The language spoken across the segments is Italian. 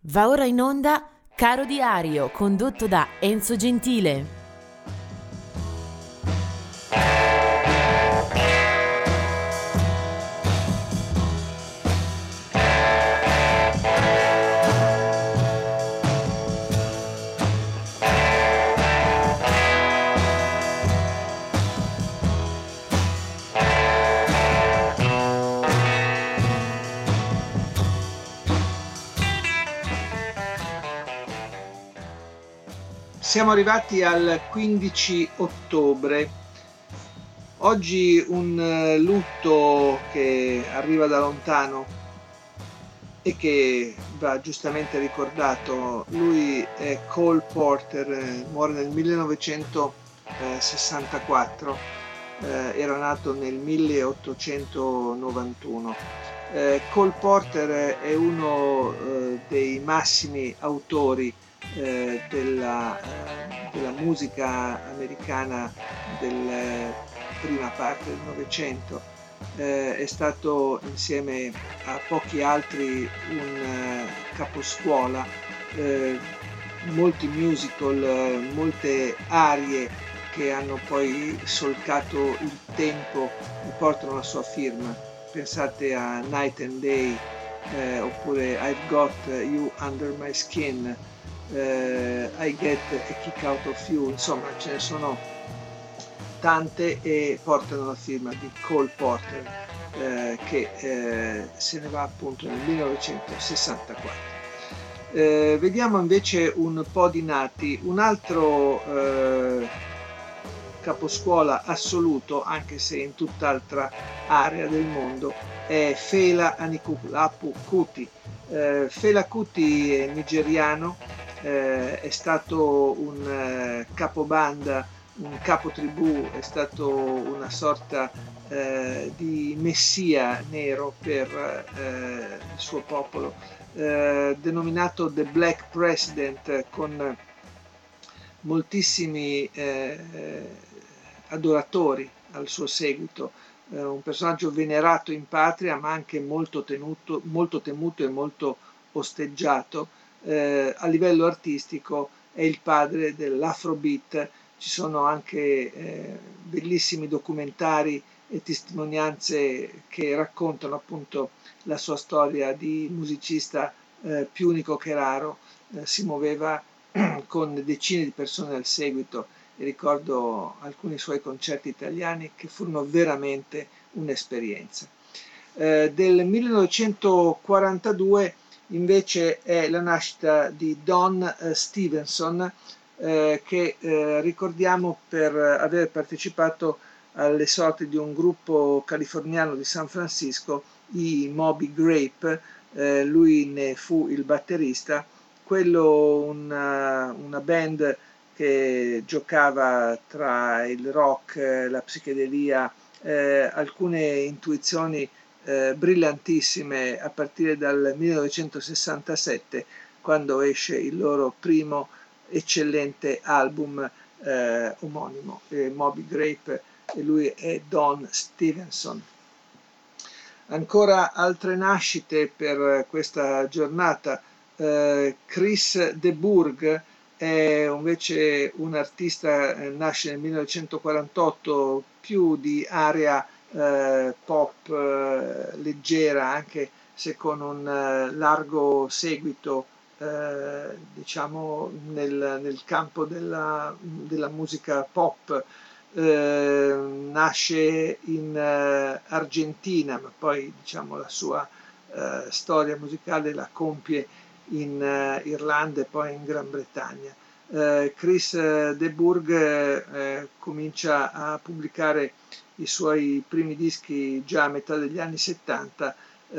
Va ora in onda Caro Diario, condotto da Enzo Gentile. Siamo arrivati al 15 ottobre. Oggi un lutto che arriva da lontano e che va giustamente ricordato. Lui è Cole Porter, muore nel 1964, era nato nel 1891. Cole Porter è uno dei massimi autori della musica americana della prima parte del Novecento. È stato, insieme a pochi altri, un caposcuola, molti musical, molte arie che hanno poi solcato il tempo e portano la sua firma. Pensate a Night and Day, oppure I've Got You Under My Skin, I Get a Kick Out of You, insomma ce ne sono tante e portano la firma di Cole Porter, che se ne va appunto nel 1964. Vediamo invece un po' di nati. Un altro caposcuola assoluto, anche se in tutt'altra area del mondo, è Fela Anikulapo Kuti. Fela Kuti è nigeriano, è stato un capobanda, un capotribù, è stato una sorta di messia nero per il suo popolo, denominato The Black President, con moltissimi adoratori al suo seguito, un personaggio venerato in patria ma anche molto temuto e molto osteggiato. A livello artistico è il padre dell'Afrobeat. Ci sono anche bellissimi documentari e testimonianze che raccontano appunto la sua storia di musicista più unico che raro. Si muoveva con decine di persone al seguito, e ricordo alcuni suoi concerti italiani che furono veramente un'esperienza. Del 1942 invece è la nascita di Don Stevenson, che ricordiamo per aver partecipato alle sorti di un gruppo californiano di San Francisco, i Moby Grape. Lui ne fu il batterista, quello una band che giocava tra il rock, la psichedelia, alcune intuizioni brillantissime a partire dal 1967, quando esce il loro primo eccellente album omonimo, Moby Grape, e lui è Don Stevenson. Ancora altre nascite per questa giornata. Chris de Burgh è invece un artista, nasce nel 1948, più di area pop leggera, anche se con un largo seguito diciamo nel campo della musica pop. Nasce in Argentina, ma poi diciamo la sua storia musicale la compie in Irlanda e poi in Gran Bretagna. Chris de Burgh comincia a pubblicare i suoi primi dischi già a metà degli anni 70.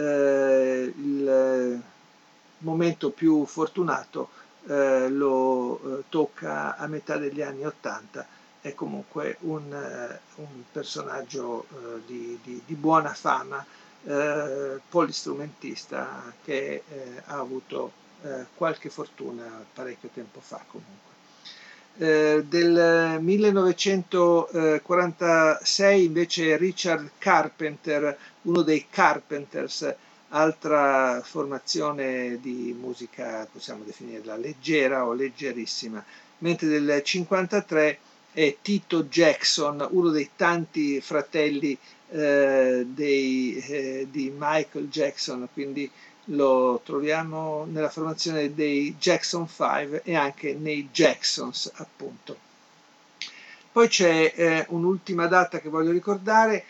Il momento più fortunato lo tocca a metà degli anni 80. È comunque un personaggio di buona fama, polistrumentista, che ha avuto qualche fortuna parecchio tempo fa comunque. Del 1946 invece Richard Carpenter, uno dei Carpenters, altra formazione di musica, possiamo definirla leggera o leggerissima, mentre del 53 è Tito Jackson, uno dei tanti fratelli di Michael Jackson, quindi lo troviamo nella formazione dei Jackson 5 e anche nei Jacksons, appunto. Poi c'è un'ultima data che voglio ricordare.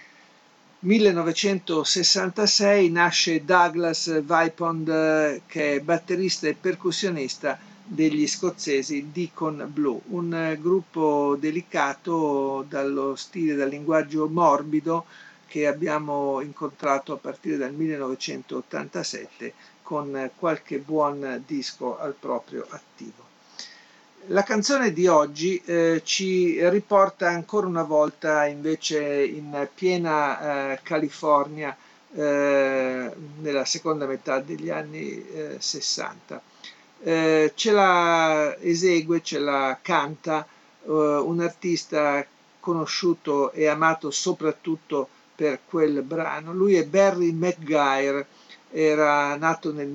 1966 nasce Douglas Vipond, che è batterista e percussionista degli scozzesi Deacon Blue, un gruppo delicato dallo stile, dal linguaggio morbido che abbiamo incontrato a partire dal 1987 con qualche buon disco al proprio attivo. La canzone di oggi ci riporta ancora una volta invece in piena California nella seconda metà degli anni 60. Ce la esegue, ce la canta un artista conosciuto e amato soprattutto per quel brano. Lui è Barry McGuire, era nato nel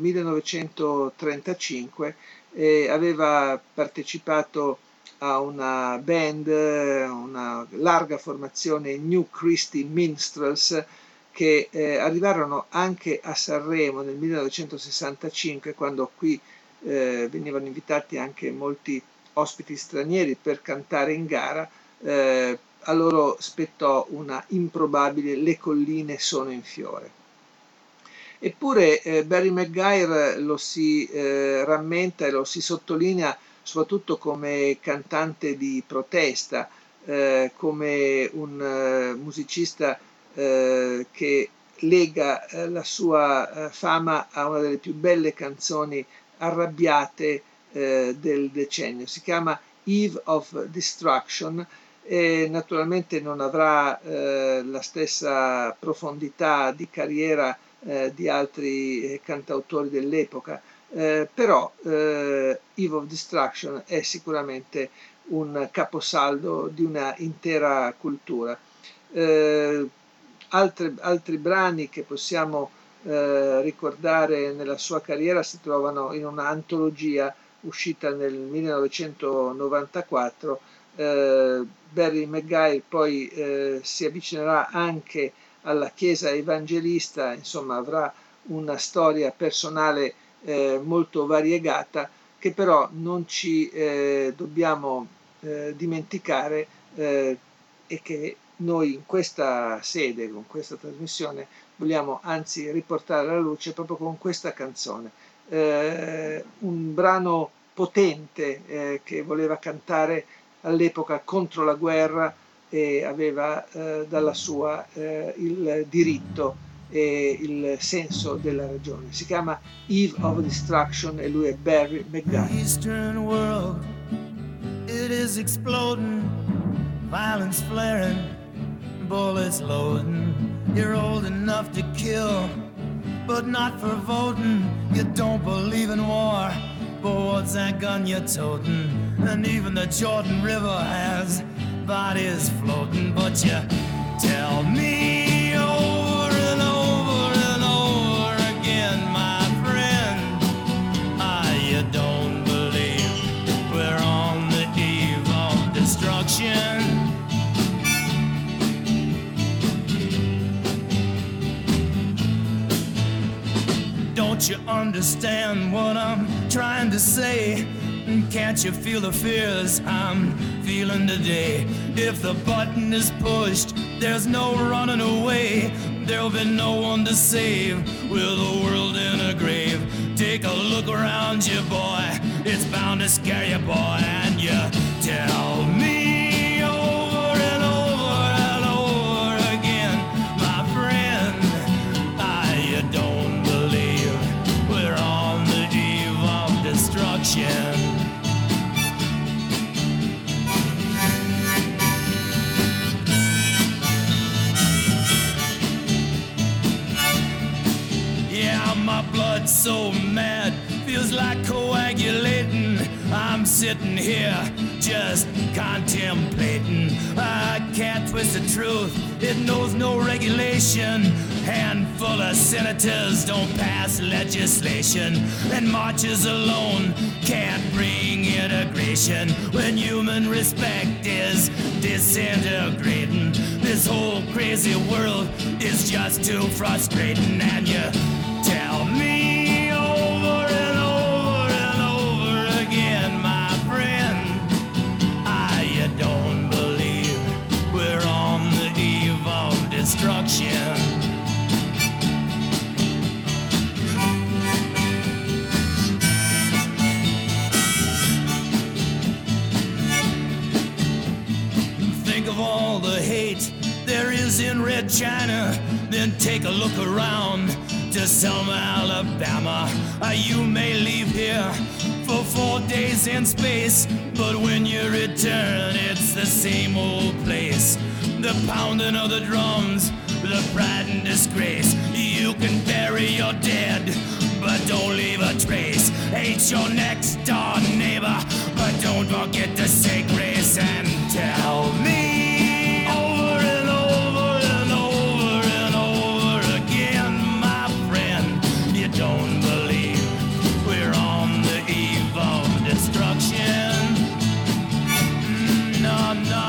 1935 e aveva partecipato a una band, una larga formazione New Christy Minstrels, che arrivarono anche a Sanremo nel 1965, quando qui venivano invitati anche molti ospiti stranieri per cantare in gara. A loro spettò una improbabile Le colline sono in fiore. Eppure Barry McGuire lo si rammenta e lo si sottolinea soprattutto come cantante di protesta, come un musicista che lega la sua fama a una delle più belle canzoni arrabbiate del decennio. Si chiama Eve of Destruction e naturalmente non avrà la stessa profondità di carriera di altri cantautori dell'epoca, però Eve of Destruction è sicuramente un caposaldo di una intera cultura. Altri brani che possiamo ricordare nella sua carriera si trovano in un'antologia uscita nel 1994. Barry McGuire poi si avvicinerà anche alla Chiesa evangelista, insomma avrà una storia personale molto variegata, che però non ci dobbiamo dimenticare e che noi in questa sede, con questa trasmissione, vogliamo anzi riportare alla luce proprio con questa canzone. Un brano potente che voleva cantare all'epoca contro la guerra e aveva dalla sua il diritto e il senso della ragione. Si chiama Eve of Destruction e lui è Barry McGuire. Eastern world, it is exploding, violence flaring, bullets loading. You're old enough to kill, but not for voting. You don't believe in war, but what's that gun you're toting? And even the Jordan River has bodies floating, but you tell me over and over and over again, my friend, you don't believe we're on the eve of destruction. Don't you understand what I'm trying to say? Can't you feel the fears I'm feeling today? If the button is pushed, there's no running away. There'll be no one to save with the world in a grave. Take a look around you, boy. It's bound to scare you, boy. And you tell me over and over and over again, my friend, you don't believe we're on the eve of destruction. My blood's so mad, feels like coagulating. I'm sitting here just contemplating. I can't twist the truth, it knows no regulation. Handful of senators don't pass legislation, and marches alone can't bring integration. When human respect is disintegrating, this whole crazy world is just too frustrating. And you tell me over and over and over again, my friend, you don't believe we're on the eve of destruction. Think of all the hate there is in Red China, then take a look around to Selma, Alabama. You may leave here for 4 days in space, but when you return, it's the same old place. The pounding of the drums, the pride and disgrace. You can bury your dead, but don't leave a trace. Hate your next door neighbor, but don't forget to say grace. And tell me over and over and over and over again, my friend, you don't believe we're on the eve of destruction. No, no.